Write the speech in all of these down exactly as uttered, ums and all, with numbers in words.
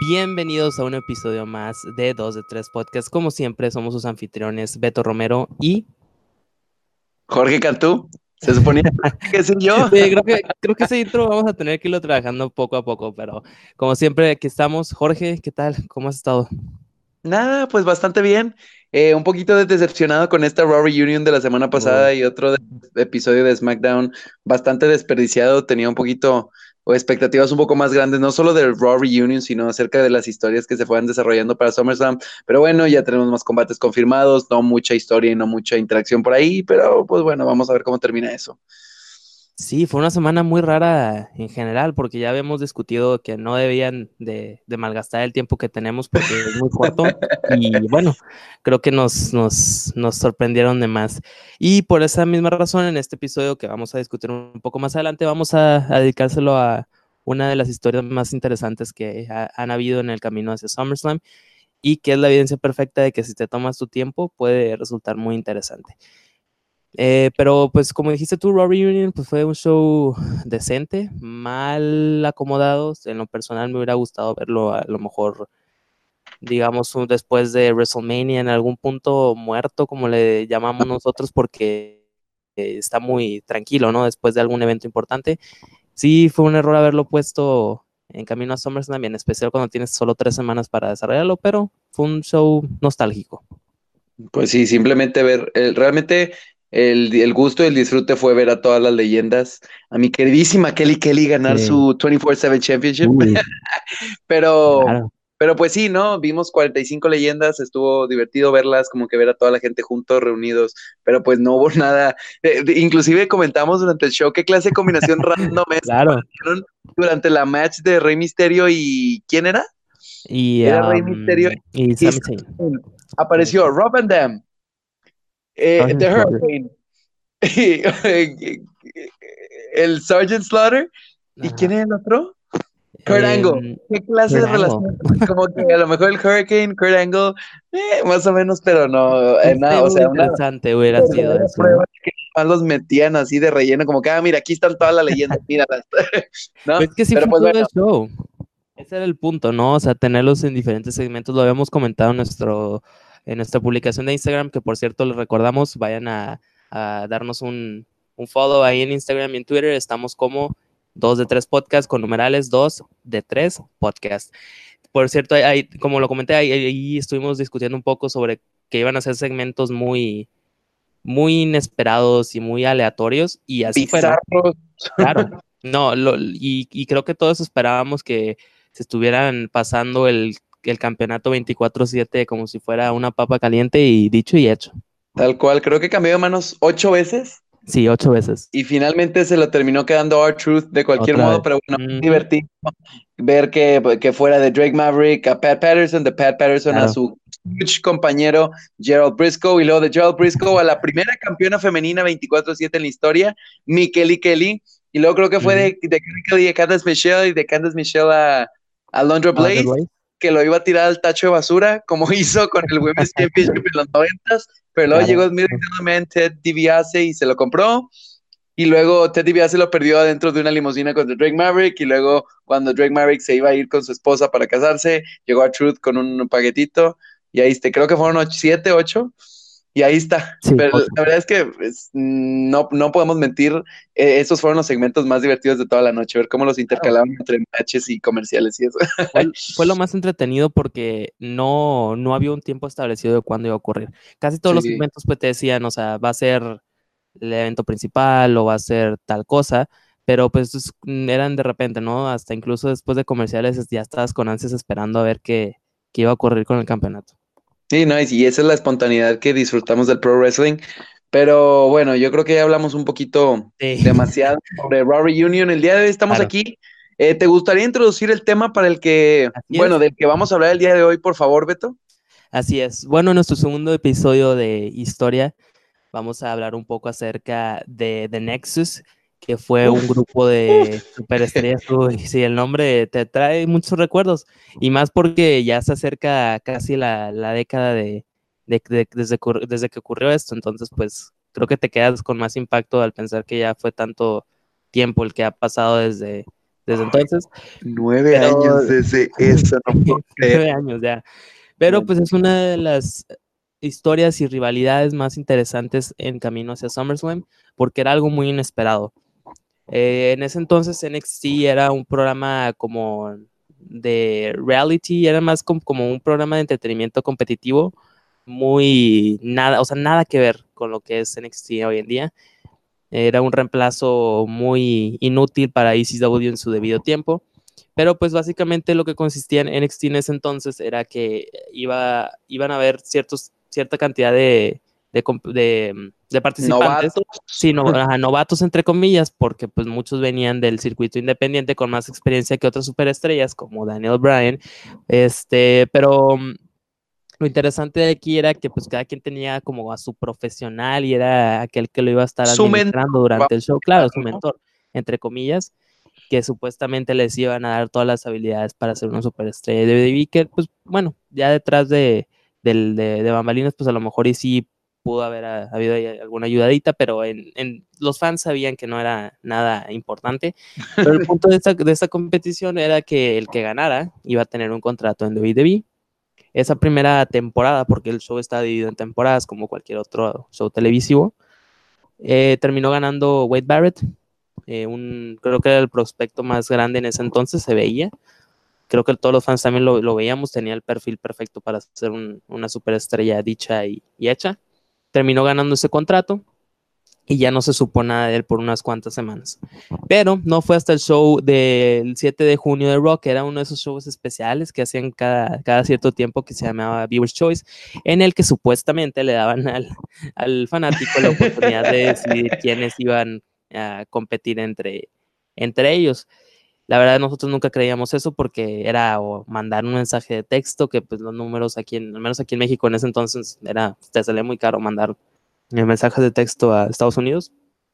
Bienvenidos a un episodio más de dos de tres Podcast. Como siempre, somos sus anfitriones Beto Romero y... Jorge Cantú, se suponía que soy yo. Sí, creo que, creo que ese intro vamos a tener que irlo trabajando poco a poco, pero como siempre, aquí estamos. Jorge, ¿qué tal? ¿Cómo has estado? Nada, pues bastante bien. Eh, un poquito decepcionado con esta Raw Reunion de la semana Oh. pasada y otro de- episodio de SmackDown bastante desperdiciado. Tenía un poquito o expectativas un poco más grandes, no solo del Raw Reunion, sino acerca de las historias que se fueran desarrollando para SummerSlam. Pero bueno, ya tenemos más combates confirmados, no mucha historia y no mucha interacción por ahí, pero pues bueno, vamos a ver cómo termina eso. Sí, fue una semana muy rara en general, porque ya habíamos discutido que no debían de, de malgastar el tiempo que tenemos porque es muy corto. Y bueno, creo que nos, nos, nos sorprendieron de más. Y por esa misma razón, en este episodio que vamos a discutir un poco más adelante, vamos a, a dedicárselo a una de las historias más interesantes que ha- han habido en el camino hacia SummerSlam y que es la evidencia perfecta de que si te tomas tu tiempo puede resultar muy interesante. Eh, pero pues como dijiste tú, Raw Reunion pues fue un show decente, mal acomodado. En lo personal me hubiera gustado verlo a lo mejor, digamos, un- después de WrestleMania en algún punto muerto, como le llamamos nosotros, porque eh, está muy tranquilo, ¿no? Después de algún evento importante. Sí, fue un error haberlo puesto en camino a SummerSlam, en especial cuando tienes solo tres semanas para desarrollarlo, pero fue un show nostálgico. Pues sí, simplemente ver, el- realmente el, el gusto y el disfrute fue ver a todas las leyendas, a mi queridísima Kelly Kelly ganar Sí. su veinticuatro siete Championship, Uy, pero, claro. pero pues sí, ¿no? Vimos cuarenta y cinco leyendas, estuvo divertido verlas, como que ver a toda la gente juntos, reunidos, pero pues no hubo nada, eh, de- inclusive comentamos durante el show qué clase de combinación random es que Claro. aparecieron durante la match de Rey Misterio y ¿quién era? Y, Era Rey Misterio am, y y Sami Zayn. Sami apareció Zayn. Rob Van Dam, eh, Sergeant The Slaughter. Hurricane, el Sergeant Slaughter. ¿Y quién Ajá. es el otro? Kurt Angle. Em, ¿Qué clase Kurt de Angle. relación? Como que a lo mejor el Hurricane, Kurt Angle, eh, más o menos, pero no, Un eh, nada, o stable sea, una interesante hubiera sido verdadera eso, prueba ¿no? de que más los metían así de relleno, como que, ah, mira, aquí están todas las leyendas, míralas, ¿no? Pues es que sí Pero fue pues todo el bueno, show. Ese era el punto, ¿no? O sea, tenerlos en diferentes segmentos. Lo habíamos comentado en nuestro, en nuestra publicación de Instagram, que por cierto les recordamos, vayan a, a darnos un, un follow ahí en Instagram y en Twitter. Estamos como dos de tres podcast con numerales dos de tres podcast. Por cierto, ahí, ahí, como lo comenté, ahí, ahí estuvimos discutiendo un poco sobre que iban a ser segmentos muy, muy inesperados y muy aleatorios, y así fue, ¿no? bizarros. Claro, no, lo, y, y creo que todos esperábamos que se estuvieran pasando el, el campeonato veinticuatro siete como si fuera una papa caliente, y dicho y hecho. Tal cual, creo que cambió de manos ocho veces. Sí, ocho veces. Y finalmente se lo terminó quedando R-Truth de cualquier Otra modo, vez. pero bueno, Ujú. divertido ver que, que fuera de Drake Maverick a Pat Patterson, de Pat Patterson a Claro. su huge compañero Gerald Briscoe, y luego de Gerald Briscoe a la primera campeona femenina veinticuatro siete en la historia, Mickey Kelly, y luego creo que fue Ujú. de, de Kelly a Candice Michelle y de Candice Michelle a, a Londra Alundra Blaze, Blaze. que lo iba a tirar al tacho de basura, como hizo con el Women's Championship en los noventas, pero luego llegó Claro. el Million Dollar Man Ted DiBiase y se lo compró. Y luego Ted DiBiase lo perdió adentro de una limusina contra Drake Maverick. Y luego, cuando Drake Maverick se iba a ir con su esposa para casarse, llegó a Truth con un paquetito. Y ahí está, creo que fueron ocho, siete, ocho. Y ahí está. Sí, Pero ocho. la verdad es que pues, no, no podemos mentir. Eh, estos fueron los segmentos más divertidos de toda la noche. Ver cómo los Claro. intercalaban entre matches y comerciales y eso. Fue, fue lo más entretenido porque no, no había un tiempo establecido de cuándo iba a ocurrir. Casi todos los Sí. segmentos pues te decían, o sea, va a ser el evento principal o va a ser tal cosa, pero pues es- mm, eran de repente, ¿no? Hasta incluso después de comerciales ya estabas con ansias esperando a ver qué, qué iba a ocurrir con el campeonato. Sí, no, y y esa es la espontaneidad que disfrutamos del pro wrestling. Pero bueno, yo creo que ya hablamos un poquito Sí, demasiado sobre Raw Reunion. El día de hoy estamos claro, aquí. Eh, ¿te gustaría introducir el tema para el que, así bueno, es, del que vamos a hablar el día de hoy, por favor, Beto? así es. Bueno, en nuestro segundo episodio de historia vamos a hablar un poco acerca de The Nexus, que fue un Uf, grupo uf. de superestrellas. Uy, sí, el nombre te trae muchos recuerdos, y más porque ya se acerca casi la, la década de, de- de- desde, ocur- desde que ocurrió esto, entonces pues creo que te quedas con más impacto al pensar que ya fue tanto tiempo el que ha pasado desde, desde entonces. Nueve Pero, años desde eso, no puedo creer. nueve años ya. Pero pues es una de las historias y rivalidades más interesantes en camino hacia SummerSlam, porque era algo muy inesperado. Eh, en ese entonces N X T era un programa como de reality, era más com- como un programa de entretenimiento competitivo, muy nada, o sea, nada que ver con lo que es N X T hoy en día. Era un reemplazo muy inútil para E C W en su debido tiempo. Pero pues básicamente lo que consistía en N X T en ese entonces era que iba, iban a haber ciertos, cierta cantidad de, de, de, de participantes. Novatos. Sí, no, ajá, novatos entre comillas, porque pues muchos venían del circuito independiente con más experiencia que otras superestrellas como Daniel Bryan. Este, pero lo interesante de aquí era que pues cada quien tenía como a su profesional y era aquel que lo iba a estar Su mentor, administrando durante el show, claro, su ¿no? mentor, entre comillas, que supuestamente les iban a dar todas las habilidades para ser una superestrella de W W E, que pues bueno, ya detrás de, del- de, de bambalinas, pues a lo mejor y sí pudo haber ah, habido ahí alguna ayudadita, pero en, en- los fans sabían que no era nada importante. Pero el punto de esta, de esta competición era que el que ganara iba a tener un contrato en W W E. Esa primera temporada, porque el show está dividido en temporadas como cualquier otro show televisivo, eh, terminó ganando Wade Barrett, eh, un, creo que era el prospecto más grande en ese entonces, se veía. Creo que todos los fans también lo, lo veíamos, tenía el perfil perfecto para ser un, una superestrella dicha y, y hecha. Terminó ganando ese contrato y ya no se supo nada de él por unas cuantas semanas. Pero no fue hasta el show del siete de junio de Raw, que era uno de esos shows especiales que hacían cada, cada cierto tiempo, que se llamaba Viewer's Choice, en el que supuestamente le daban al, al fanático la oportunidad de decidir quiénes iban a competir entre, entre ellos. La verdad, nosotros nunca creíamos eso porque era o mandar un mensaje de texto, que pues los números aquí, en, al menos aquí en México en ese entonces, era, te salía muy caro mandar mensajes de texto a Estados Unidos,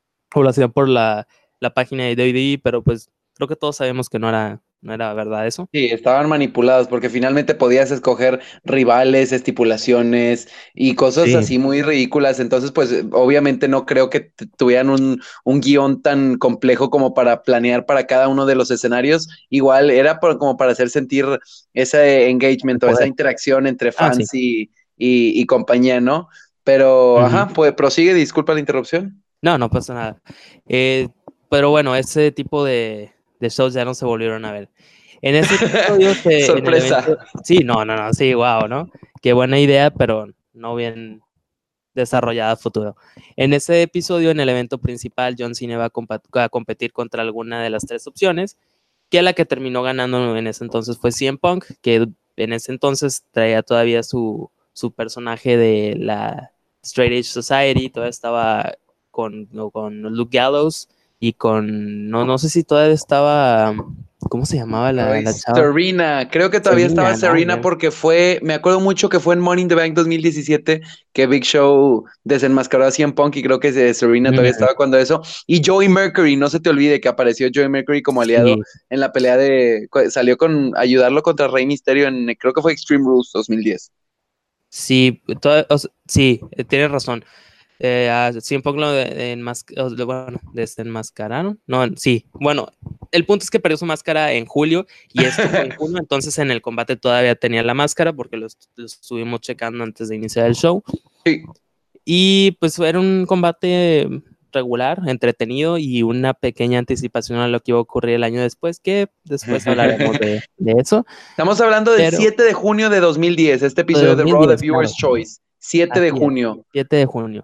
o lo hacían por la, la página de D V D, pero pues creo que todos sabemos que no era, no era verdad eso. Sí, estaban manipulados porque finalmente podías escoger rivales, estipulaciones y cosas Sí, así muy ridículas. Entonces, pues eh, obviamente no creo que t- tuvieran un, un guión tan complejo como para planear para cada uno de los escenarios. Igual era por- como para hacer sentir ese el engagement o esa poder. interacción entre Ah, sí. fans y, y, y compañía, ¿no? Pero, Ujú. ajá, pues prosigue, disculpa la interrupción. No, no pasa nada. Eh, pero bueno, ese tipo de, de shows ya no se volvieron a ver. En ese episodio, se, en el evento, Sorpresa. sí, no, no, no, sí, wow, ¿no? Qué buena idea, pero no bien desarrollada a futuro. En ese episodio, en el evento principal, John Cena va a, compa- a competir contra alguna de las tres opciones, que la que terminó ganando en ese entonces fue C M Punk, que en ese entonces traía todavía su, su personaje de la Straight Edge Society, todavía estaba con, con Luke Gallows y con, no, no sé si todavía estaba, ¿cómo se llamaba la, Ay, la chava? Serena, creo que todavía estaba Serena, ¿no? Serena Ya. porque fue, me acuerdo mucho que fue en Money in the Bank dos mil diecisiete que Big Show desenmascaró a C M Punk y creo que eh, Serena todavía Mm, estaba cuando eso. Y Joey Mercury, no se te olvide que apareció Joey Mercury como aliado sí, en la pelea de, cu- salió con ayudarlo contra Rey Mysterio en, creo que fue Extreme Rules dos mil diez. sí, toda- o sea, sí, eh, tienes razón. Eh, a C M Punk lo de, de enmas- o de- bueno, desenmascararon. No, sí. Bueno, el punto es que perdió su máscara en julio y esto fue en junio, entonces en el combate todavía tenía la máscara porque lo, est- lo estuvimos checando antes de iniciar el show. Sí. Y pues era un combate regular, entretenido y una pequeña anticipación a lo que iba a ocurrir el año después, que después hablaremos de, de eso. Estamos hablando del Pero siete de junio de dos mil diez, este de episodio de Raw de dos mil diez, claro, Viewer's Choice. siete de así es, junio. siete de junio.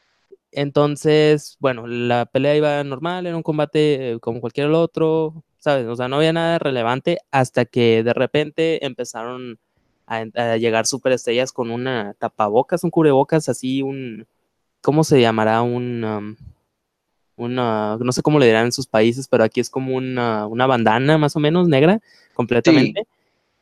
Entonces, bueno, la pelea iba normal, era un combate eh, como cualquier otro, ¿sabes? O sea, no había nada relevante hasta que de repente empezaron a, a llegar superestrellas con una tapabocas, un cubrebocas, así, un, ¿cómo se llamará? Un, um, una, no sé cómo le dirán en sus países, pero aquí es como una, una bandana más o menos negra, Sí. completamente.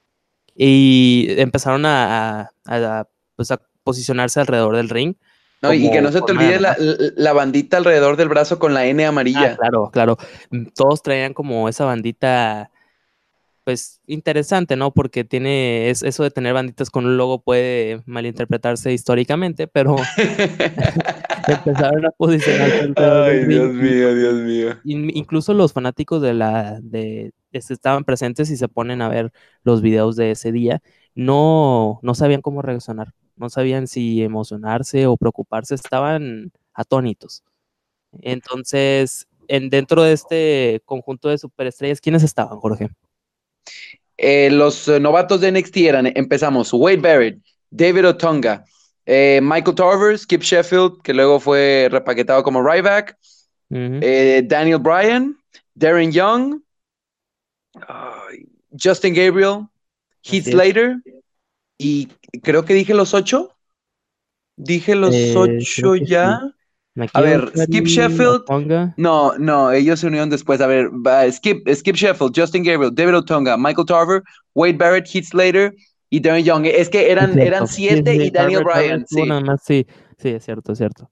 Y empezaron a, a, a, pues a posicionarse alrededor del ring No, y que como no se te forma de olvide la, amenaza. la- la bandita alrededor del brazo con la N Ah, amarilla. claro, claro. Mm, Todos traían como esa bandita, pues interesante, ¿no? Porque tiene es, eso de tener banditas con un logo puede malinterpretarse históricamente, pero empezaron a posicionarse alrededor del Ay, ring Dios y mío, pues Dios mío. in- incluso los fanáticos de la de estaban presentes y se ponen a ver los videos de ese día, no, no sabían cómo reaccionar, no sabían si emocionarse o preocuparse, estaban atónitos. Entonces, en, dentro de este conjunto de superestrellas, ¿quiénes estaban, Jorge? Eh, los eh, novatos de N X T eran, empezamos, Wade Barrett, David Otunga, eh, Michael Tarver, Skip Sheffield, que luego fue repaquetado como Ryback, Uh-huh. eh, Daniel Bryan, Darren Young, uh, Justin Gabriel, Heath Así es. Slater, y creo que dije los ocho. Dije los Eh, creo ocho que ya. sí. A McKill, ver, Skip Cary, Sheffield. Otunga. No, no, ellos se unieron después. A ver, va, Skip, Skip Sheffield, Justin Gabriel, David Otunga, Michael Tarver, Wade Barrett, Heath Slater y Darren Young. Es que Es eran, eran cierto. Sí, sí, siete sí. y Daniel Tarver, Tarver Bryan, estuvo sí. nada más, sí. Sí, es cierto, es cierto.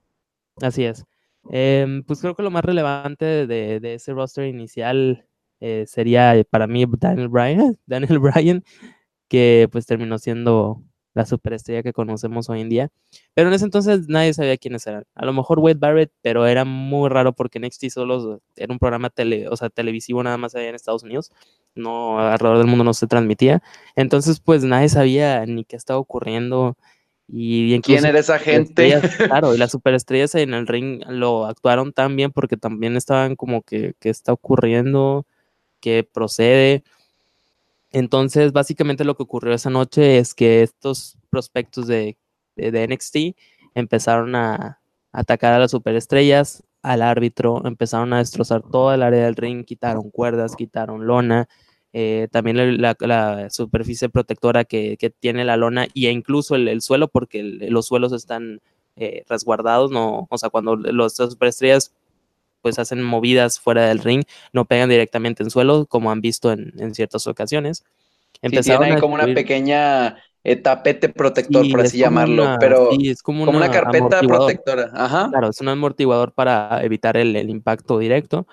Así es. Em, pues creo que lo más relevante de, de ese roster inicial eh, sería eh, para mí Daniel Bryan, Daniel Bryan, que pues terminó siendo la superestrella que conocemos hoy en día. Pero en ese entonces nadie sabía quiénes eran. A lo mejor Wade Barrett, pero era muy raro porque N X T solo era un programa tele, o sea, televisivo nada más allá en Estados Unidos. No, alrededor del mundo no se transmitía. Entonces, pues nadie sabía ni qué estaba ocurriendo. Y ¿Quién incluso era esa gente? superestrellas, claro, y las superestrellas en el ring lo actuaron tan bien porque también estaban como que, ¿qué está ocurriendo? ¿Qué procede? Entonces, básicamente lo que ocurrió esa noche es que estos prospectos de, de, de N X T empezaron a atacar a las superestrellas, al árbitro, empezaron a destrozar toda el área del ring, quitaron cuerdas, quitaron lona, eh, también la, la, superficie protectora que, que, tiene la lona e incluso el, el suelo, porque el, los suelos están eh, resguardados, no, o sea, cuando los, las superestrellas pues hacen movidas fuera del ring, no pegan directamente en suelo, como han visto en, en ciertas ocasiones. Sí, tiene Empezaron a ahí como una destruir, pequeña eh, tapete protector, por sí, es así como llamarlo, una, pero sí, es como como una una carpeta amortiguador. protectora. Ajá. Claro, es un amortiguador para evitar el, el impacto directo.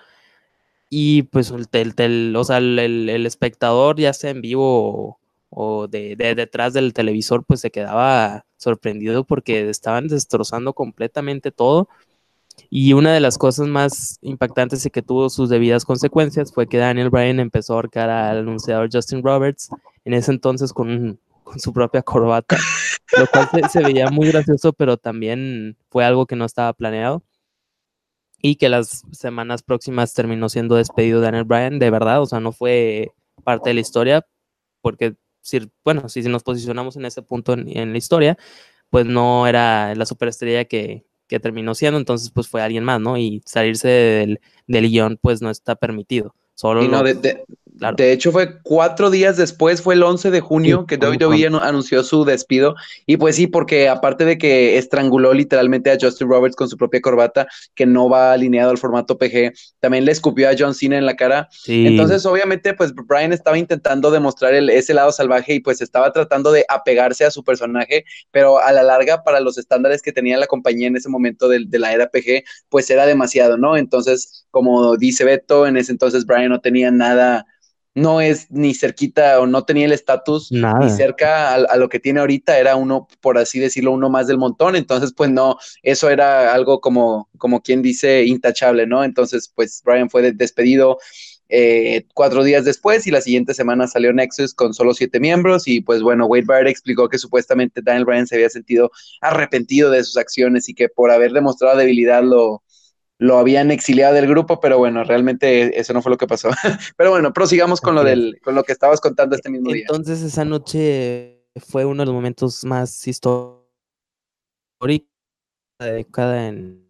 Y pues el, el, el o sea, el, el, el, espectador, ya sea en vivo o, o de, de, detrás del televisor, pues se quedaba sorprendido porque estaban destrozando completamente todo. Y una de las cosas más impactantes y que tuvo sus debidas consecuencias fue que Daniel Bryan empezó a ahorcar al anunciador Justin Roberts, en ese entonces con, con su propia corbata, lo cual se, se veía muy gracioso, pero también fue algo que no estaba planeado y que las semanas próximas terminó siendo despedido Daniel Bryan, de verdad, o sea, no fue parte de la historia, porque, si, bueno, si, si nos posicionamos en ese punto en, en la historia, pues no era la superestrella que, que terminó siendo, entonces pues fue alguien más, ¿no? Y salirse del, del guión pues no está permitido, solo Y no, de, los, de, claro, de hecho fue cuatro días después, fue el once de sí, junio que fue muy W W E pronto. anu- anunció su despido. Y pues sí, porque aparte de que estranguló literalmente a Justin Roberts con su propia corbata, que no va alineado al formato P G, también le escupió a John Cena en la cara. Sí, Entonces, obviamente, pues Bryan estaba intentando demostrar el, ese lado salvaje y pues estaba tratando de apegarse a su personaje, pero a la larga, para los estándares que tenía la compañía en ese momento de, de la era P G, pues era demasiado, ¿no? Entonces, como dice Beto, en ese entonces Bryan no tenía nada, no es ni cerquita o no tenía el estatus ni nada, cerca a, a, lo que tiene ahorita, era uno, por así decirlo, uno más del montón, entonces pues no, eso era algo como, como quien dice, intachable, ¿no? Entonces pues Bryan fue despedido eh, cuatro días después y la siguiente semana salió Nexus con solo siete miembros y pues bueno, Wade Barrett explicó que supuestamente Daniel Bryan se había sentido arrepentido de sus acciones y que por haber demostrado debilidad lo lo habían exiliado del grupo, pero bueno, realmente eso no fue lo que pasó. Pero bueno, prosigamos con lo así es. del, con lo que estabas contando este mismo día. Entonces esa noche fue uno de los momentos más históricos de la década en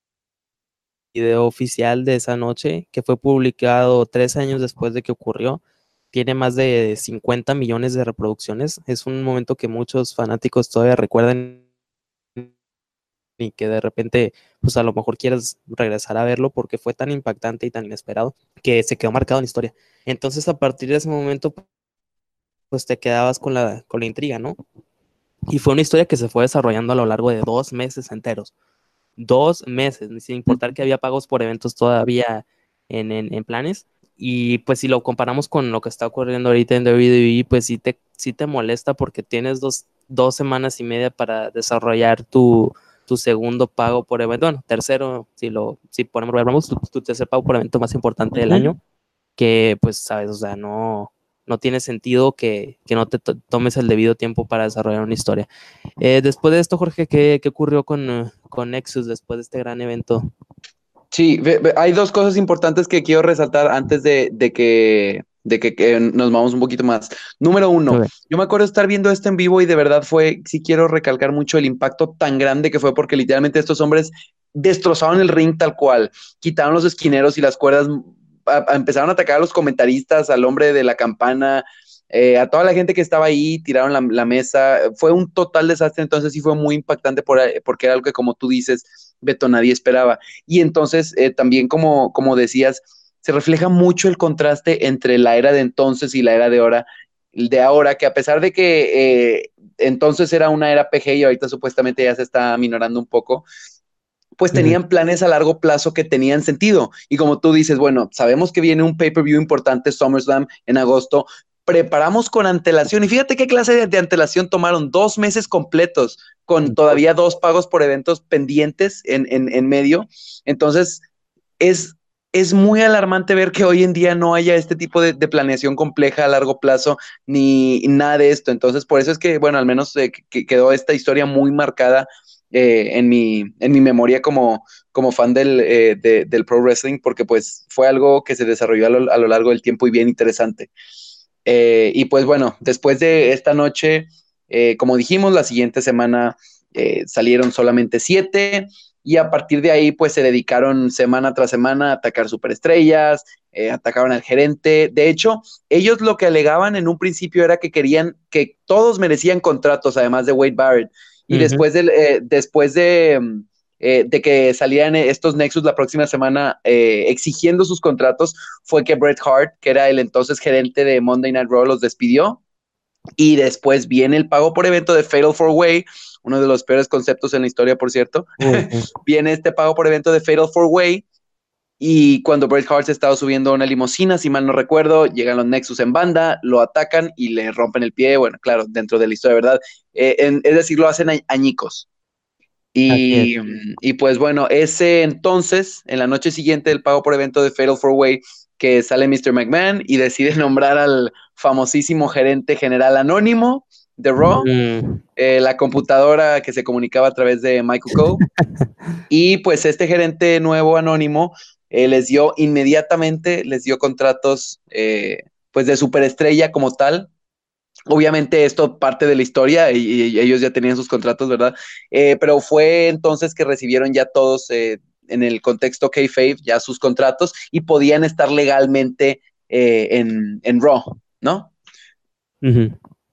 video oficial de esa noche, que fue publicado tres años después de que ocurrió. Tiene más de cincuenta millones de reproducciones. Es un momento que muchos fanáticos todavía recuerdan y que de repente, pues a lo mejor quieres regresar a verlo porque fue tan impactante y tan inesperado que se quedó marcado en la historia. Entonces, a partir de ese momento, pues te quedabas con la, con la intriga, ¿no? Y fue una historia que se fue desarrollando a lo largo de dos meses enteros. Dos meses, sin importar que había pagos por eventos todavía en, en, en planes. Y pues si lo comparamos con lo que está ocurriendo ahorita en W W E, pues sí te, sí te molesta porque tienes dos, dos semanas y media para desarrollar tu, tu segundo pago por evento. Bueno, tercero, si lo si ponemos, hablamos, tu, tu tercer pago por evento más importante del Uh-huh. año. que pues, sabes, o sea, no, no tiene sentido que, que no te to- tomes el debido tiempo para desarrollar una historia. Eh, después de esto, Jorge, ¿qué, qué ocurrió con, uh, con Nexus después de este gran evento? Sí, ve- ve- hay dos cosas importantes que quiero resaltar antes de, de que, de que, que nos vamos un poquito más. Número uno, Okay. yo me acuerdo estar viendo esto en vivo y de verdad fue, sí quiero recalcar mucho el impacto tan grande que fue porque literalmente estos hombres destrozaron el ring tal cual, quitaron los esquineros y las cuerdas, a- a- empezaron a atacar a los comentaristas, al hombre de la campana, eh, a toda la gente que estaba ahí, tiraron la, la mesa, fue un total desastre, entonces sí fue muy impactante por, porque era algo que como tú dices, Beto, nadie esperaba. Y entonces, eh, también como, como decías, se refleja mucho el contraste entre la era de entonces y la era de ahora, de ahora, que a pesar de que eh, entonces era una era P G y ahorita supuestamente ya se está minorando un poco, pues Ujú. tenían planes a largo plazo que tenían sentido. Y como tú dices, bueno, sabemos que viene un pay-per-view importante, SummerSlam, en agosto, preparamos con antelación. Y fíjate qué clase de, de antelación tomaron, dos meses completos, con todavía dos pagos por eventos pendientes en, en, en medio. Entonces, es, es muy alarmante ver que hoy en día no haya este tipo de, de planeación compleja a largo plazo, ni nada de esto. Entonces, por eso es que, bueno, al menos eh, que quedó esta historia muy marcada eh, en, mi, en mi memoria como, como fan del, eh, de, del pro wrestling, porque pues fue algo que se desarrolló a lo, a lo largo del tiempo y bien interesante. Eh, y pues bueno, después de esta noche, eh, como dijimos, la siguiente semana eh, salieron solamente siete y a partir de ahí pues se dedicaron semana tras semana a atacar superestrellas, eh, atacaron al gerente. De hecho, ellos lo que alegaban en un principio era que querían que todos merecían contratos, además de Wade Barrett. Y Ujú. después, del, eh, después de, eh, de que salían estos Nexus la próxima semana eh, exigiendo sus contratos, fue que Bret Hart, que era el entonces gerente de Monday Night Raw, los despidió. Y después viene el pago por evento de Fatal four Way, uno de los peores conceptos en la historia, por cierto. Uy, sí. Viene este pago por evento de Fatal four Way. Y cuando Bret Hart se estaba subiendo a una limusina, si mal no recuerdo, llegan los Nexus en banda, lo atacan y le rompen el pie. Bueno, claro, dentro de la historia, ¿verdad? Eh, en, es decir, lo hacen añicos. Así es. Y, y, pues bueno, ese entonces, en la noche siguiente del pago por evento de Fatal four Way, que sale mister McMahon y decide nombrar al famosísimo gerente general anónimo de Raw, Mm. eh, la computadora que se comunicaba a través de Michael Cole. Y pues este gerente nuevo anónimo eh, les dio inmediatamente, les dio contratos eh, pues de superestrella como tal. Obviamente esto parte de la historia y, y ellos ya tenían sus contratos, ¿verdad? Eh, pero fue entonces que recibieron ya todos eh, en el contexto kayfabe ya sus contratos y podían estar legalmente eh, en, en Raw, ¿no? Ujú.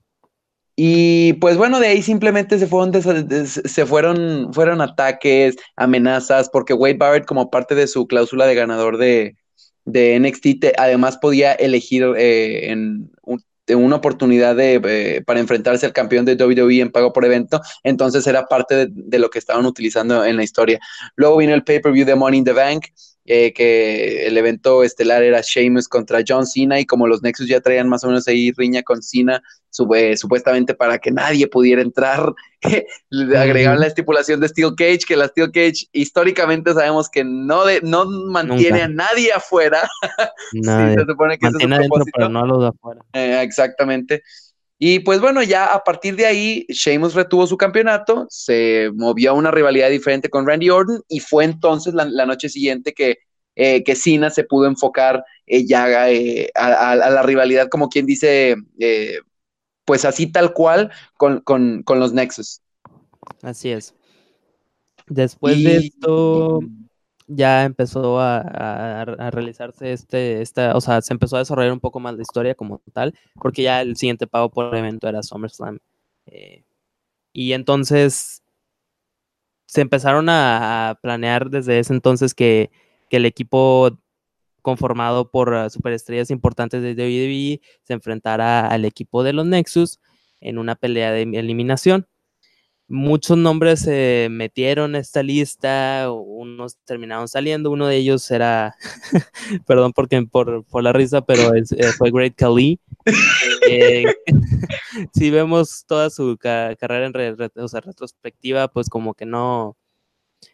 Y pues bueno, de ahí simplemente se fueron, des- des- se fueron, fueron ataques, amenazas, porque Wade Barrett como parte de su cláusula de ganador de, de N X T, te- además podía elegir eh, en, un- en una oportunidad de, eh, para enfrentarse al campeón de W W E en pago por evento, entonces era parte de, de lo que estaban utilizando en la historia. Luego vino el pay-per-view de Money in the Bank, eh, que el evento estelar era Sheamus contra John Cena y como los Nexus ya traían más o menos ahí riña con Cena, sub- supuestamente para que nadie pudiera entrar, le agregaron Ujú. la estipulación de Steel Cage, que la Steel Cage históricamente sabemos que no, de, no Nunca. mantiene a nadie afuera. Sí, Nadie. se supone que ese es su Mantiene adentro, pero propósito. no a los de afuera. Eh, exactamente. Y pues bueno, ya a partir de ahí, Sheamus retuvo su campeonato, se movió a una rivalidad diferente con Randy Orton y fue entonces la, la noche siguiente que, eh, que Cena se pudo enfocar eh, ya eh, a, a, a, la rivalidad, como quien dice, eh, pues así tal cual con, con, con los Nexus. Así es. Después de Y esto, ya empezó a, a- a realizarse este, esta, o sea, se empezó a desarrollar un poco más la historia como tal, porque ya el siguiente pago por evento era SummerSlam. Eh, y entonces se empezaron a, a planear desde ese entonces que, que el equipo conformado por uh, superestrellas importantes de W W E se enfrentara al equipo de los Nexus en una pelea de eliminación. Muchos nombres se metieron a esta lista, unos terminaron saliendo, uno de ellos era, perdón porque, por, por la risa, pero es, eh, fue Great Khali. Eh, si vemos toda su ca carrera en re re o sea, retrospectiva, pues como que no,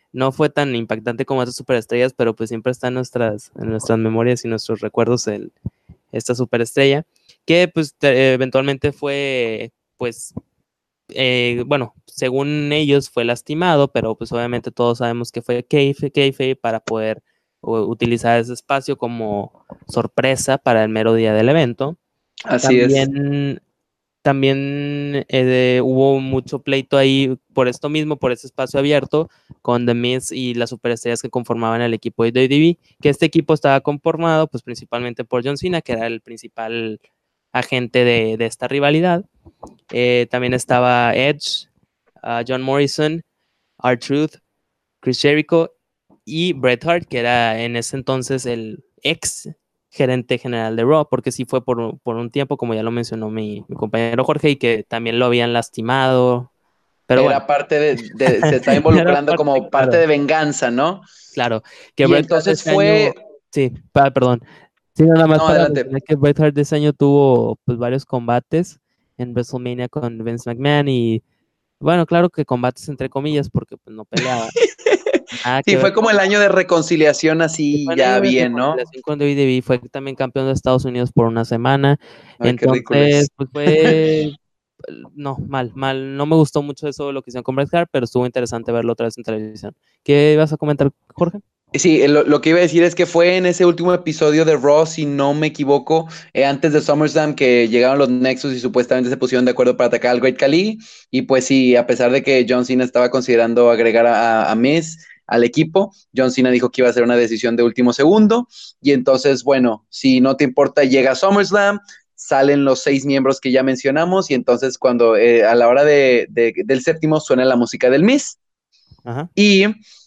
no fue tan impactante como esas superestrellas, pero pues siempre está en nuestras, en nuestras memorias y nuestros recuerdos el, esta superestrella, que pues te, eventualmente fue, pues, eh, bueno, según ellos fue lastimado, pero pues obviamente todos sabemos que fue kayfabe para poder uh, utilizar ese espacio como sorpresa para el mero día del evento. Así También, es. también eh, hubo mucho pleito ahí por esto mismo, por ese espacio abierto con The Miz y las superestrellas que conformaban el equipo de W W E, que este equipo estaba conformado pues principalmente por John Cena, que era el principal agente de, de esta rivalidad. Eh, también estaba Edge, uh, John Morrison, R-Truth, Chris Jericho y Bret Hart, que era en ese entonces el ex gerente general de Raw, porque sí fue por, por un tiempo, como ya lo mencionó mi, mi compañero Jorge, y que también lo habían lastimado, pero Era bueno. parte de, de se está Era involucrando parte, como parte claro, de venganza, ¿no? claro, que Y Bret Hart entonces ese año, fue, sí, pa- perdón, sí, nada más no, para adelante. mencionar que Bret Hart ese año tuvo pues varios combates en WrestleMania con Vince McMahon y bueno, claro que combates entre comillas porque pues no peleaba, nada Sí, que ver fue como con. el año de reconciliación Y fue así un ya año de bien, ¿no? reconciliación con W W E, fue también campeón de Estados Unidos por una semana, Ay, qué ridículo entonces, es. pues fue, no, mal, mal, no me gustó mucho eso, lo que hicieron con Bret Hart, pero estuvo interesante verlo otra vez en televisión. ¿Qué ibas a comentar, Jorge? Sí, lo, lo que iba a decir es que fue en ese último episodio de Raw, si no me equivoco, eh, antes de SummerSlam, que llegaron los Nexus y supuestamente se pusieron de acuerdo para atacar al Great Khali. Y pues sí, a pesar de que John Cena estaba considerando agregar a, a Miz al equipo, John Cena dijo que iba a ser una decisión de último segundo. Y entonces, bueno, si no te importa, llega SummerSlam, salen los seis miembros que ya mencionamos, y entonces cuando eh, a la hora de, de, del séptimo suena la música del Miz. Ajá. Y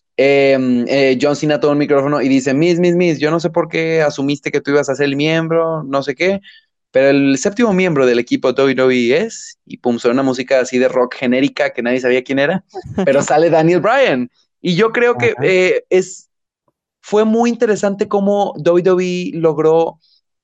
eh, eh, John Cena toma un micrófono y dice, Miss, Miss, Miss, yo no sé por qué asumiste que tú ibas a ser el miembro, no sé qué, pero el séptimo miembro del equipo W W E es, y pum, suena una música así de rock genérica que nadie sabía quién era, pero sale Daniel Bryan. Y yo creo que Ajá. eh, es, fue muy interesante cómo W W E logró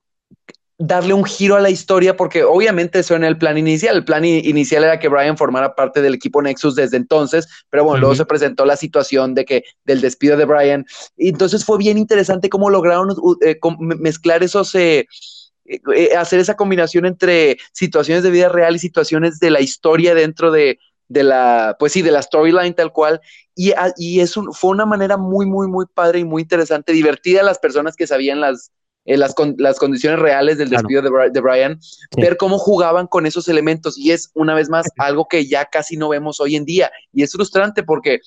darle un giro a la historia, porque obviamente eso en el plan inicial. El plan inicial era que Bryan formara parte del equipo Nexus desde entonces, pero bueno, uh-huh. Luego se presentó la situación de que del despido de Bryan, y entonces fue bien interesante cómo lograron eh, mezclar esos... Eh, eh, hacer esa combinación entre situaciones de vida real y situaciones de la historia dentro de, de la, pues sí, de la storyline tal cual, y, y es un, fue una manera muy, muy, muy padre y muy interesante, divertida a las personas que sabían las, eh, las, con, las condiciones reales del despido claro. de, de Bryan, sí. Ver cómo jugaban con esos elementos, y es una vez más algo que ya casi no vemos hoy en día, y es frustrante porque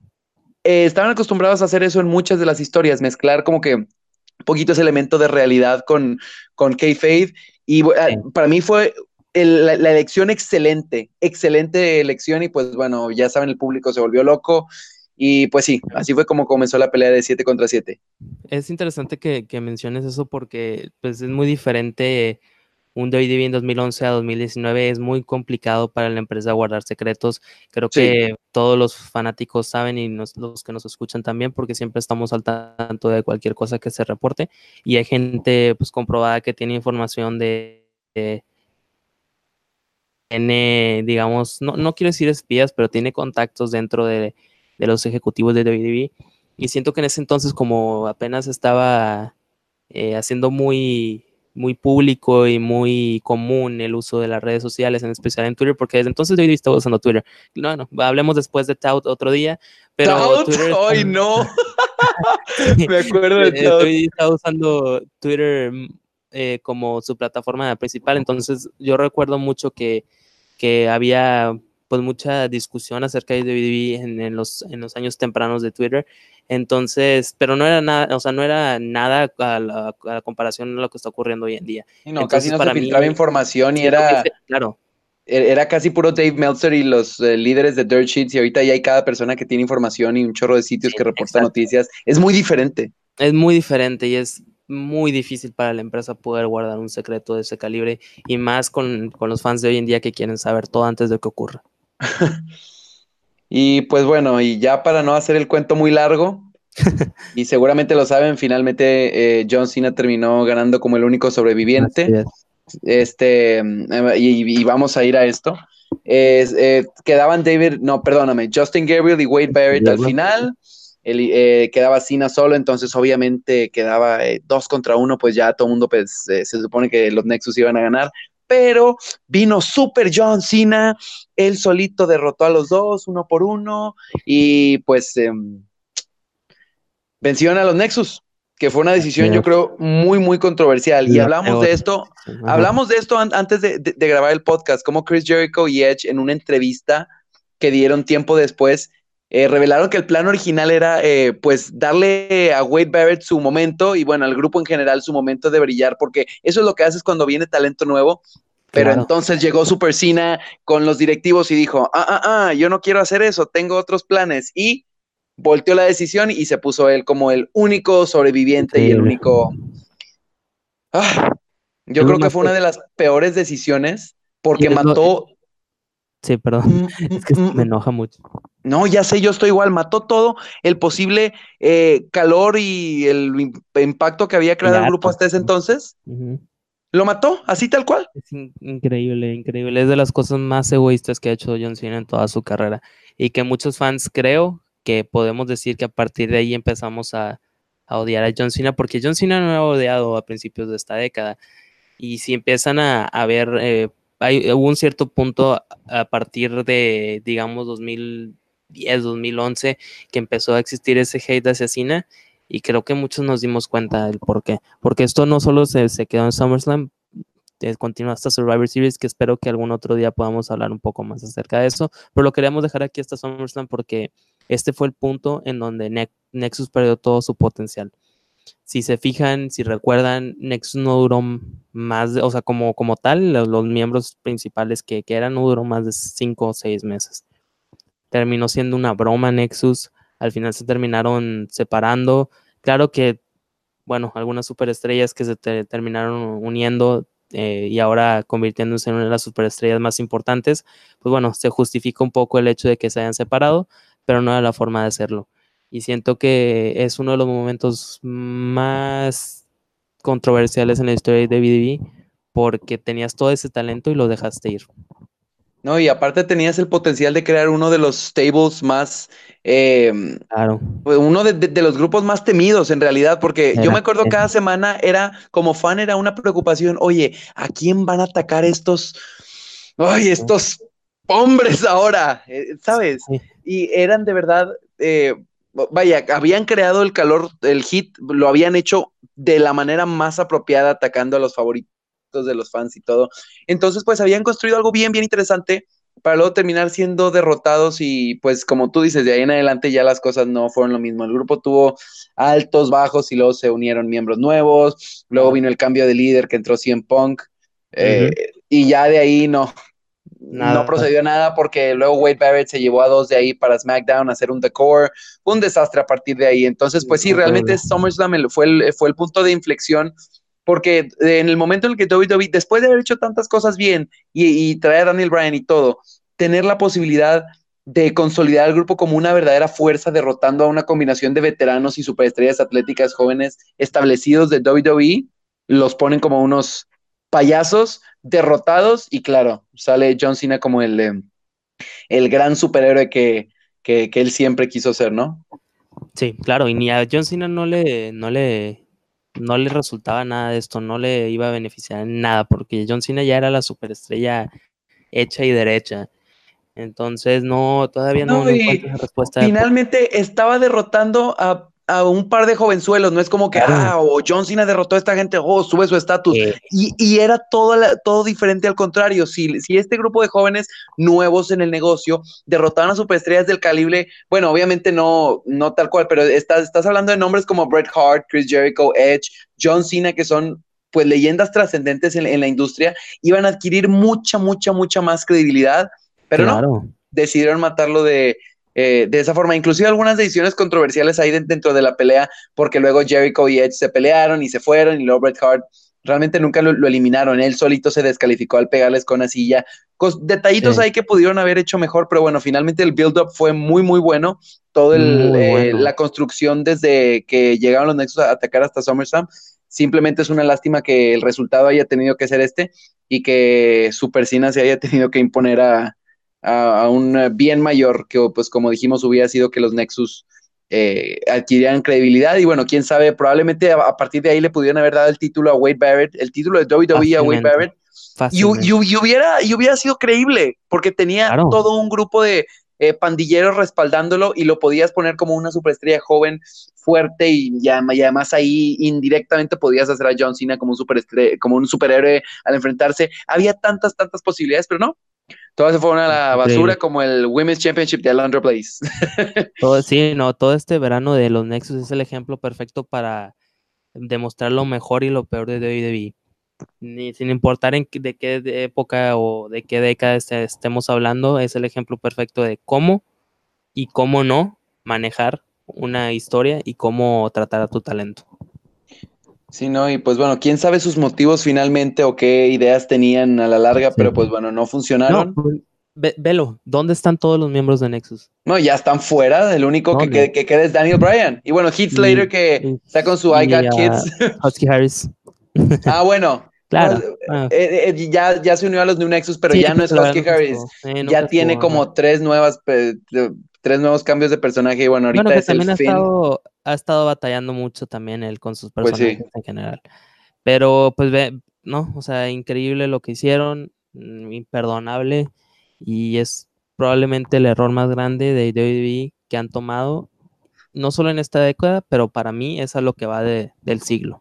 eh, estaban acostumbrados a hacer eso en muchas de las historias, mezclar como que un poquito ese elemento de realidad con, con kayfabe, y sí. uh, para mí fue el, la, la elección excelente, excelente elección, y pues bueno, ya saben, el público se volvió loco, y pues sí, así fue como comenzó la pelea de siete contra siete. Es interesante que, que menciones eso porque pues es muy diferente un W W E en dos mil once a dos mil diecinueve, es muy complicado para la empresa guardar secretos. Creo sí. que todos los fanáticos saben y nos, los que nos escuchan también, porque siempre estamos al tanto de cualquier cosa que se reporte, y hay gente pues comprobada que tiene información de, de tiene, digamos, no, no quiero decir espías, pero tiene contactos dentro de, de los ejecutivos de W W E, y siento que en ese entonces, como apenas estaba eh, haciendo muy muy público y muy común el uso de las redes sociales, en especial en Twitter, porque desde entonces yo estaba usando Twitter. No, no, hablemos después de Tout otro día, pero Tout, Twitter ¡ay está... no! Sí, me acuerdo de eh, Tout. Estaba usando Twitter eh, como su plataforma principal, entonces yo recuerdo mucho que, que había pues mucha discusión acerca de W W E en, en, los, en los años tempranos de Twitter. Entonces, pero no era nada, o sea, no era nada a la, a la comparación de lo que está ocurriendo hoy en día. Y no, Entonces, casi no para se filtraba mí, información y era, dice, claro, era casi puro Dave Meltzer y los eh, líderes de Dirt Sheets, y ahorita ya hay cada persona que tiene información y un chorro de sitios sí, que reportan exacto. noticias. Es muy diferente. Es muy diferente y es muy difícil para la empresa poder guardar un secreto de ese calibre, y más con, con los fans de hoy en día que quieren saber todo antes de que ocurra. Y pues bueno, y ya para no hacer el cuento muy largo, y seguramente lo saben, finalmente eh, John Cena terminó ganando como el único sobreviviente. Este, y, y vamos a ir a esto. Es, eh, quedaban David, no, perdóname, Justin Gabriel y Wade Barrett al final. el, eh, quedaba Cena solo, entonces obviamente quedaba eh, dos contra uno, pues ya todo el mundo pues, eh, se supone que los Nexus iban a ganar, pero vino Super John Cena, él solito derrotó a los dos, uno por uno, y pues eh, vencieron a los Nexus, que fue una Así decisión yo es. creo muy, muy controversial, y La hablamos peor de esto, decisión. Ajá. hablamos de esto an antes de, de, de grabar el podcast, como Chris Jericho y Edge en una entrevista que dieron tiempo después, eh, revelaron que el plan original era eh, pues darle a Wade Barrett su momento y bueno, al grupo en general su momento de brillar, porque eso es lo que haces cuando viene talento nuevo, pero Claro. entonces llegó Super Cena con los directivos y dijo, ah, ah, ah, yo no quiero hacer eso, tengo otros planes, y volteó la decisión y se puso él como el único sobreviviente y el Increíble. único... Ah, yo Es lo creo que más fue que, una de las peores decisiones sí, porque es lo, mató... sí, perdón. mm, Es mm, que me mm, enoja mucho. No, ya sé, yo estoy igual, mató todo el posible eh, calor y el impacto que había creado el grupo Claro. hasta ese entonces. Ujú. Lo mató, así tal cual. Es in- increíble, increíble. Es de las cosas más egoístas que ha hecho John Cena en toda su carrera. Y que muchos fans creo que podemos decir que a partir de ahí empezamos a, a odiar a John Cena, porque John Cena no era odiado a principios de esta década. Y si empiezan a, a ver, eh, hay, hubo un cierto punto a, a partir de, digamos, dos mil diez, dos mil once, que empezó a existir ese hate hacia Cena. Y creo que muchos nos dimos cuenta del por qué. Porque esto no solo se, se quedó en SummerSlam, eh, continúa hasta Survivor Series, que espero que algún otro día podamos hablar un poco más acerca de eso, pero lo queríamos dejar aquí hasta SummerSlam porque este fue el punto en donde ne Nexus perdió todo su potencial. Si se fijan, si recuerdan, Nexus no duró más, de, o sea, como, como tal, los, los miembros principales que, que eran no duró más de cinco o seis meses. Terminó siendo una broma Nexus, al final se terminaron separando. Claro que bueno, algunas superestrellas que se te terminaron uniendo eh, y ahora convirtiéndose en una de las superestrellas más importantes, pues bueno, se justifica un poco el hecho de que se hayan separado, pero no era la forma de hacerlo. Y siento que es uno de los momentos más controversiales en la historia de W W E porque tenías todo ese talento y lo dejaste ir. No, y aparte tenías el potencial de crear uno de los stables más, eh, Claro, uno de, de, de, los grupos más temidos en realidad, porque yo era. me acuerdo cada semana era, como fan, era una preocupación, oye, ¿a quién van a atacar estos, oye, estos hombres ahora? Eh, ¿Sabes? Sí, Y eran de verdad, eh, vaya, habían creado el calor, el hit, lo habían hecho de la manera más apropiada, atacando a los favoritos de los fans y todo. Entonces, pues habían construido algo bien, bien interesante para luego terminar siendo derrotados y pues como tú dices, de ahí en adelante ya las cosas no fueron lo mismo. El grupo tuvo altos, bajos y luego se unieron miembros nuevos, luego claro. vino el cambio de líder que entró C M Punk eh, Uh-huh. y ya de ahí no, no Nada. procedió nada porque luego Wade Barrett se llevó a dos de ahí para SmackDown a hacer un decor, fue un desastre a partir de ahí. Entonces, pues sí, realmente Horrible. SummerSlam fue el, fue el punto de inflexión porque en el momento en el que W W E, después de haber hecho tantas cosas bien y, y traer a Daniel Bryan y todo, tener la posibilidad de consolidar al grupo como una verdadera fuerza, derrotando a una combinación de veteranos y superestrellas atléticas jóvenes establecidos de W W E, los ponen como unos payasos derrotados y claro, sale John Cena como el, eh, el gran superhéroe que, que, que él siempre quiso ser, ¿no? Sí, claro, y ni a John Cena no le, no le, no le resultaba nada de esto, no le iba a beneficiar en nada, porque John Cena ya era la superestrella hecha y derecha. Entonces, no, todavía no, No, no encuentro y esa respuesta de por finalmente estaba derrotando a, a un par de jovenzuelos, no es como que, claro. ah, o John Cena derrotó a esta gente, oh, sube su estatus. Eh, Y, y era todo, la, todo diferente al contrario. Si, si este grupo de jóvenes nuevos en el negocio derrotaban a superestrellas del calibre, bueno, obviamente no, no tal cual, pero estás, estás hablando de nombres como Bret Hart, Chris Jericho, Edge, John Cena, que son pues leyendas trascendentes en, en la industria, iban a adquirir mucha, mucha, mucha más credibilidad, pero no, claro. decidieron matarlo de, eh, de esa forma. Inclusive algunas decisiones controversiales ahí de, dentro de la pelea, porque luego Jericho y Edge se pelearon y se fueron, y luego Bret Hart realmente nunca lo, lo eliminaron. Él solito se descalificó al pegarles con una silla. Cos, detallitos Sí, ahí que pudieron haber hecho mejor, pero bueno, finalmente el build-up fue muy, muy bueno. Todo el, muy eh, bueno. la construcción desde que llegaron los Nexus a atacar hasta SummerSlam, simplemente es una lástima que el resultado haya tenido que ser este y que Super Cena se haya tenido que imponer a, a, a un bien mayor que, pues como dijimos, hubiera sido que los Nexus eh, adquirieran credibilidad y bueno, quién sabe, probablemente a, a partir de ahí le pudieran haber dado el título a Wade Barrett, el título de W W E a Wade Fácilmente, Barrett y, y- fácilmente. y hubiera, y hubiera sido creíble porque tenía Claro, todo un grupo de eh, pandilleros respaldándolo y lo podías poner como una superestrella joven, fuerte y, ya, y además ahí indirectamente podías hacer a John Cena como un, superestre- como un superhéroe al enfrentarse. Había tantas, tantas posibilidades, pero no. Todas se fueron a la basura increíble. como el Women's Championship de Alundra Blaze. Todo, sí, no, todo este verano de los Nexus es el ejemplo perfecto para demostrar lo mejor y lo peor de W W E. Ni, sin importar en qué- de qué de época o de qué década este- estemos hablando, es el ejemplo perfecto de cómo y cómo no manejar una historia y cómo tratar a tu talento. Sí, ¿no? Y pues bueno, quién sabe sus motivos finalmente o qué ideas tenían a la larga, Sí. pero pues bueno, no No, funcionaron. pues, ve- velo, ¿dónde están todos los miembros de Nexus? No, ya están fuera. El único que, ¿Dónde? que, que queda es Daniel Bryan. Y bueno, Heath Slater Y, que y, está con su I y, Got Kids. ah, Husky Harris. Ah, bueno. No, Claro. eh, Ah, eh, eh, ya, ya se unió a los New Nexus, pero sí, ya no es pero la verdad Husky nunca Harris. estuvo. Eh, nunca Ya tiene estuvo, ajá. como tres nuevas, pe- de- tres nuevos cambios de personaje. Y bueno, Bueno, ahorita que es el también ha Finn. estado, ha estado batallando mucho también él con sus Pues sí. personajes en general. Pero pues ve, no, o sea, increíble lo que hicieron, mm, imperdonable, y es probablemente el error más grande de W W E que han tomado, no solo en esta década, pero para mí es a lo que va de, del siglo,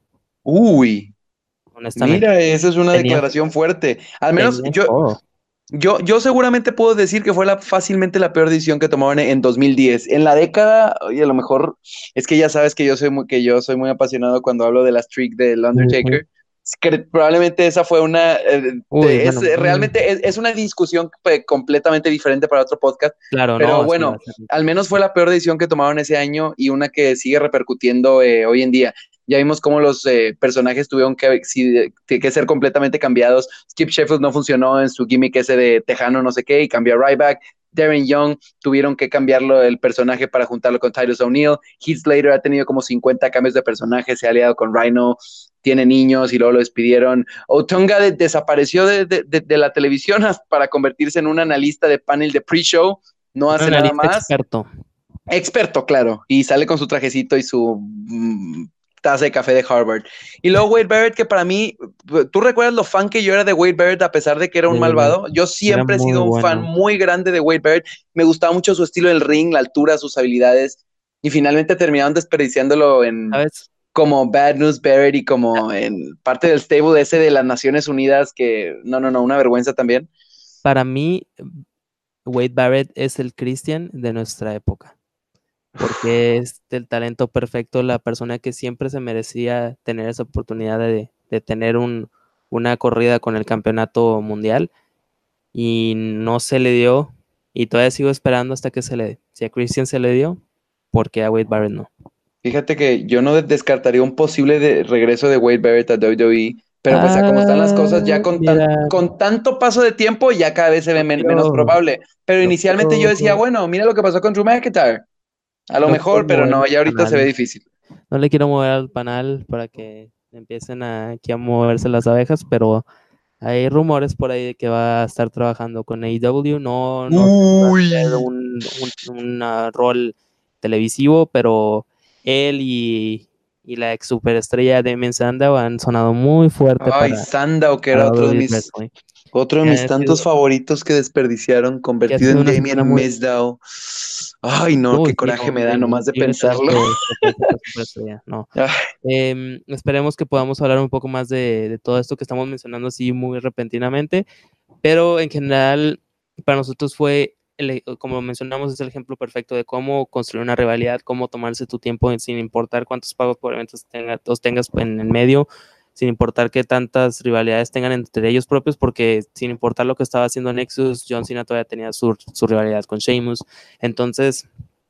Uy, honestamente. mira, esa es una Tenían, declaración fuerte. Al menos tenían yo, todo. Yo, yo seguramente puedo decir que fue la, fácilmente la peor decisión que tomaron en, en dos mil diez. En la década, y a lo mejor es que ya sabes que yo soy muy, que yo soy muy apasionado cuando hablo de la streak del Ujú. Undertaker. Es que probablemente esa fue una, eh, Uy, te- es bueno, mm, realmente es, es una discusión pues, completamente diferente para otro podcast, claro, pero no, sí, va a bueno, ser. al menos fue la peor decisión que tomaron ese año y una que sigue repercutiendo eh, hoy en día. Ya vimos cómo los eh, personajes tuvieron que, sí, que ser completamente cambiados. Skip Sheffield no funcionó en su gimmick ese de tejano no sé qué y cambió a Ryback. Darren Young tuvieron que cambiarlo el personaje para juntarlo con Titus O'Neil. Heath Slater ha tenido como cincuenta cambios de personaje, se ha aliado con Rhino, tiene niños y luego lo despidieron. Otunga de, desapareció de, de, de, de la televisión para convertirse en un analista de panel de pre-show. No Un hace nada analista más. experto. Experto, claro, y sale con su trajecito y su mm, taza de café de Harvard. Y luego Wade Barrett, que para mí, ¿tú recuerdas lo fan que yo era de Wade Barrett a pesar de que era un De- malvado? Yo Era siempre he muy sido un fan bueno, muy grande de Wade Barrett. Me gustaba mucho su estilo del ring, la altura, sus habilidades, y finalmente terminaron desperdiciándolo en ¿sabes? como Bad News Barrett y como en parte del stable ese de las Naciones Unidas, que no, no, no, una vergüenza también. Para mí, Wade Barrett es el Christian de nuestra época, porque es el talento perfecto, la persona que siempre se merecía tener esa oportunidad de, de tener un, una corrida con el campeonato mundial y no se le dio, y todavía sigo esperando hasta que se le dé. Si a Christian se le dio, ¿por qué a Wade Barrett no? Fíjate que yo no descartaría un posible de regreso de Wade Barrett a W W E, pero pues a como están las Ah, cosas, ya con, tan, mira, con tanto paso de tiempo, ya cada vez se ve no men menos quiero, probable. Pero no inicialmente yo decía, quiero, bueno, mira lo que pasó con Drew McIntyre. A lo no quiero mejor, pero mover no, el ya ahorita se ve panal. difícil. No le quiero mover al panal para que empiecen a, aquí a moverse las abejas, pero hay rumores por ahí de que va a estar trabajando con A E W. No, no sé si va a ser Uy. un, un, un, ah, rol televisivo, pero él y, y la ex superestrella Damien Sandow han sonado muy fuerte Ay, para, Sandow, que para era otro de W W E mis, Wrestling, otro de que mis ha sido, tantos favoritos que desperdiciaron, que ha convertido sido en una semana Damien muy... Mizdow. Ay, no, Uy, qué sí, coraje no, me da Damien, nomás de increíble pensarlo. talento que puede ser superestrella, no. Ay, Em, esperemos que podamos hablar un poco más de, de todo esto que estamos mencionando así muy repentinamente, pero en general para nosotros fue, el- como mencionamos, es el ejemplo perfecto de cómo construir una rivalidad, cómo tomarse tu tiempo en- sin importar cuántos pagos por eventos tenga- los tengas en el medio, sin importar qué tantas rivalidades tengan entre ellos propios, porque sin importar lo que estaba haciendo Nexus, John Cena todavía tenía su, su rivalidad con Sheamus, entonces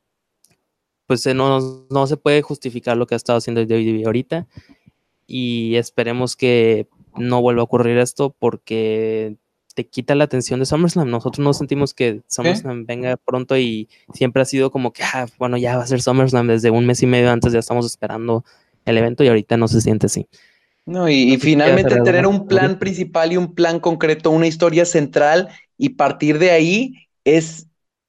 pues eh, no, no se puede justificar lo que ha estado haciendo el W W E ahorita y esperemos que no vuelva a ocurrir esto porque te quita la atención de SummerSlam. Nosotros no sentimos que ¿qué? SummerSlam venga pronto y siempre ha sido como que, ah, bueno, ya va a ser SummerSlam desde un mes y medio antes, ya estamos esperando el evento y ahorita no se siente así. No, y, No y sé si quieras finalmente agregar algo tener más. un Mauricio. plan principal y un plan concreto, una historia central y partir de ahí es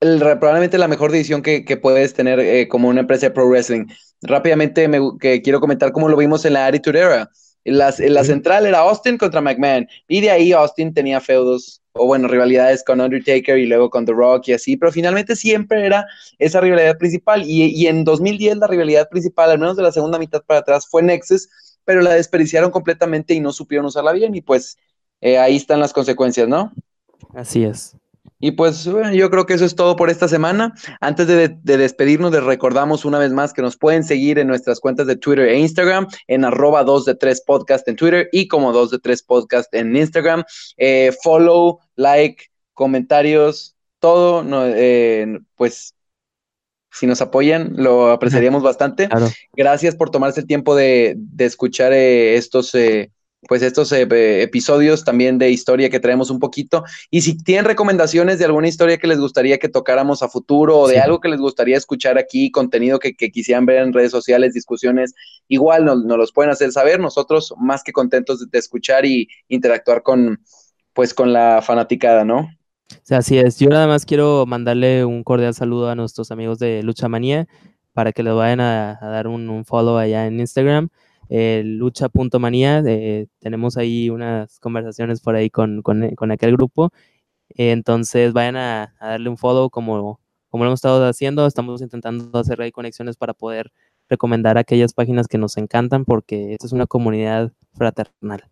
el, probablemente la mejor decisión que, que puedes tener eh, como una empresa de pro wrestling. Rápidamente me, que quiero comentar cómo lo vimos en la Attitude Era. Las, la Sí. central era Austin contra McMahon, y de ahí Austin tenía feudos, o bueno, rivalidades con Undertaker y luego con The Rock y así, pero finalmente siempre era esa rivalidad principal, y, y en dos mil diez la rivalidad principal, al menos de la segunda mitad para atrás, fue Nexus, pero la desperdiciaron completamente y no supieron usarla bien, y pues eh, ahí están las consecuencias, ¿no? Así es. Y pues bueno, yo creo que eso es todo por esta semana. Antes de, de, despedirnos, les recordamos una vez más que nos pueden seguir en nuestras cuentas de Twitter e Instagram, en arroba dos de tres podcast en Twitter y como dos de tres podcast en Instagram. Eh, follow, like, comentarios, todo, no, eh, pues si nos apoyan, lo apreciaríamos bastante. Claro. Gracias por tomarse el tiempo de, de escuchar eh, estos, eh, pues estos eh, episodios también de historia que traemos un poquito. Y si tienen recomendaciones de alguna historia que les gustaría que tocáramos a futuro o de Sí. algo que les gustaría escuchar aquí, contenido que, que quisieran ver en redes sociales, discusiones, igual nos, nos los pueden hacer saber. Nosotros más que contentos de, de escuchar y interactuar con, pues, con la fanaticada, ¿no? O sea, así es. Yo nada más quiero mandarle un cordial saludo a nuestros amigos de Lucha Manía para que les vayan a, a dar un, un follow allá en Instagram, eh, lucha.manía. Eh, tenemos ahí unas conversaciones por ahí con, con, con aquel grupo. Eh, entonces vayan a, a darle un follow como, como lo hemos estado haciendo. Estamos intentando hacer ahí conexiones para poder recomendar aquellas páginas que nos encantan porque esta es una comunidad fraternal.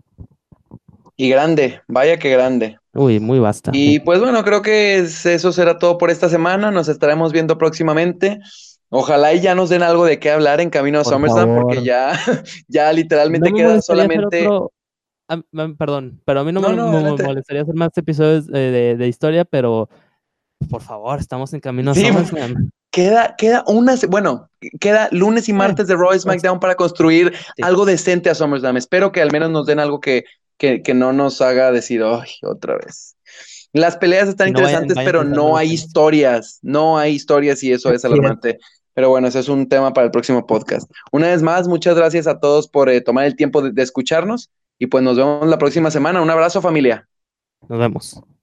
Y grande, vaya que grande. Uy, muy vasta. Y pues bueno, creo que es- eso será todo por esta semana. Nos estaremos viendo próximamente. Ojalá y ya nos den algo de qué hablar en camino a Por SummerSlam, porque favor. ya, ya No literalmente me queda molestaría hacer solamente. otro, ah, ah, perdón, pero a mí no No, me, no, me adelante. molestaría hacer más episodios eh, de, de historia, pero por favor, estamos en camino a Sí, SummerSlam. queda, queda una, se- bueno, queda lunes y Eh, martes de Raw y pues, SmackDown para construir sí. algo decente a SummerSlam. Espero que al menos nos den algo que, que, que no nos haga decir, ay, otra vez. Las peleas están Y no vayan, interesantes, vayan pero pensando en no los hay tenis. historias, no hay historias y eso es Así es. alarmante. Pero bueno, ese es un tema para el próximo podcast. Una vez más, muchas gracias a todos por eh, tomar el tiempo de, de escucharnos y pues nos vemos la próxima semana. Un abrazo, familia. Nos vemos.